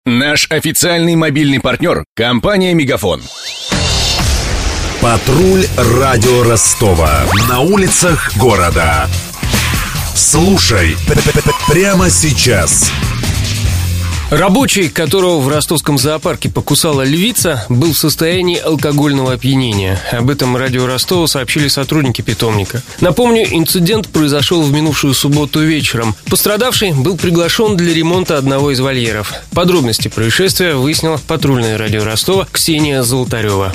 Наш официальный мобильный партнер – компания «Мегафон». Патруль радио Ростова. На улицах города. Слушай прямо сейчас. Рабочий, которого в ростовском зоопарке покусала львица, был в состоянии алкогольного опьянения. Об этом радио Ростова сообщили сотрудники питомника. Напомню, инцидент произошел в минувшую субботу вечером. Пострадавший был приглашен для ремонта одного из вольеров. Подробности происшествия выяснила патрульное радио Ростова Ксения Золотарева.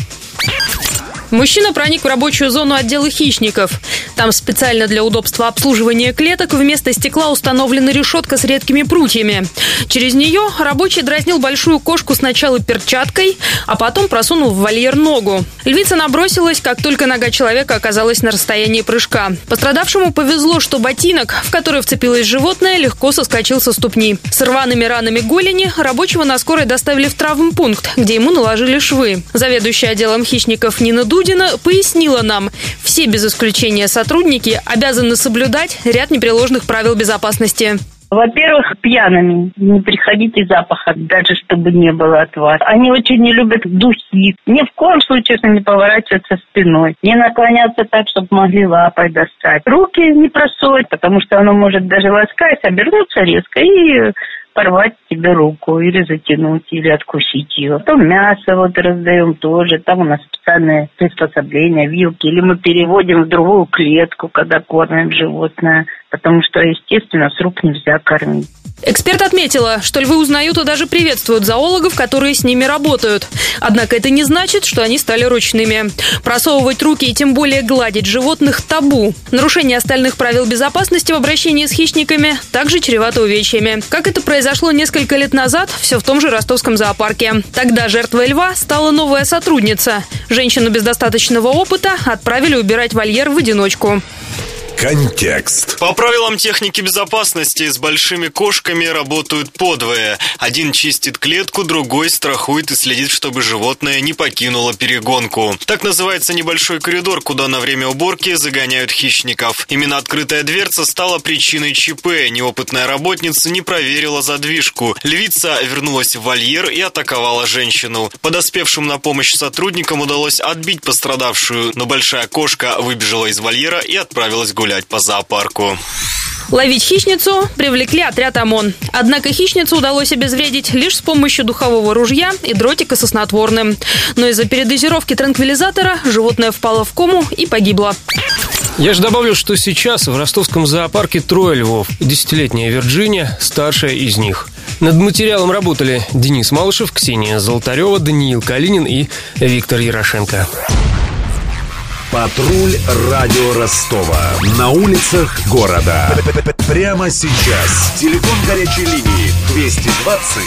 Мужчина проник в рабочую зону отдела хищников. Там специально для удобства обслуживания клеток вместо стекла установлена решетка с редкими прутьями. Через нее рабочий дразнил большую кошку сначала перчаткой, а потом просунул в вольер ногу. Львица набросилась, как только нога человека оказалась на расстоянии прыжка. Пострадавшему повезло, что ботинок, в который вцепилось животное, легко соскочил со ступни. С рваными ранами голени рабочего на скорой доставили в травмпункт, где ему наложили швы. Заведующая отделом хищников Нина Дудина пояснила нам, все без исключения сотрудники обязаны соблюдать ряд непреложных правил безопасности. Во-первых, пьяными не приходите запаха, даже чтобы не было от вас. Они очень не любят духи. Ни в коем случае не поворачиваться спиной. Не наклоняться так, чтобы могли лапой достать. Руки не просовывать, потому что оно может даже ласкаясь обернуться резко и порвать тебе руку, или затянуть, или откусить ее. Потом мясо раздаем тоже. Там у нас специальные приспособления, вилки. Или мы переводим в другую клетку, когда кормим животное. Потому что, естественно, с рук нельзя кормить. Эксперт отметила, что львы узнают и даже приветствуют зоологов, которые с ними работают. Однако это не значит, что они стали ручными. Просовывать руки и тем более гладить животных табу. Нарушение остальных правил безопасности в обращении с хищниками также чревато увечьями. Как это произошло несколько лет назад, все в том же ростовском зоопарке. Тогда жертвой льва стала новая сотрудница. Женщину без достаточного опыта отправили убирать вольер в одиночку. Контекст. По правилам техники безопасности с большими кошками работают подвое. Один чистит клетку, другой страхует и следит, чтобы животное не покинуло перегонку. Так называется небольшой коридор, куда на время уборки загоняют хищников. Именно открытая дверца стала причиной ЧП. Неопытная работница не проверила задвижку. Львица вернулась в вольер и атаковала женщину. Подоспевшим на помощь сотрудникам удалось отбить пострадавшую, но большая кошка выбежала из вольера и отправилась гулять по зоопарку. Ловить хищницу привлекли отряд ОМОН. Однако хищницу удалось обезвредить лишь с помощью духового ружья и дротика со снотворным. Но из-за передозировки транквилизатора животное впало в кому и погибло. Я же добавлю, что сейчас в ростовском зоопарке 3 львов. 10-летняя Вирджиния, старшая из них. Над материалом работали Денис Малышев, Ксения Золотарева, Даниил Калинин и Виктор Ярошенко. Патруль радио Ростова. На улицах города. Прямо сейчас. Телефон горячей линии 220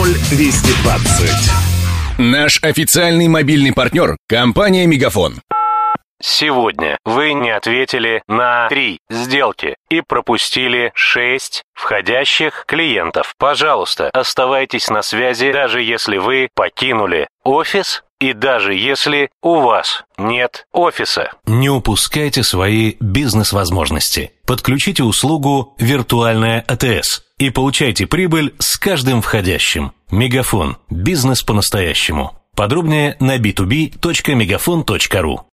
0220. Наш официальный мобильный партнер – компания «Мегафон». Сегодня вы не ответили на 3 сделки и пропустили 6 входящих клиентов. Пожалуйста, оставайтесь на связи, даже если вы покинули офис и даже если у вас нет офиса. Не упускайте свои бизнес-возможности. Подключите услугу «Виртуальная АТС» и получайте прибыль с каждым входящим. Мегафон. Бизнес по-настоящему. Подробнее на b2b.megafon.ru.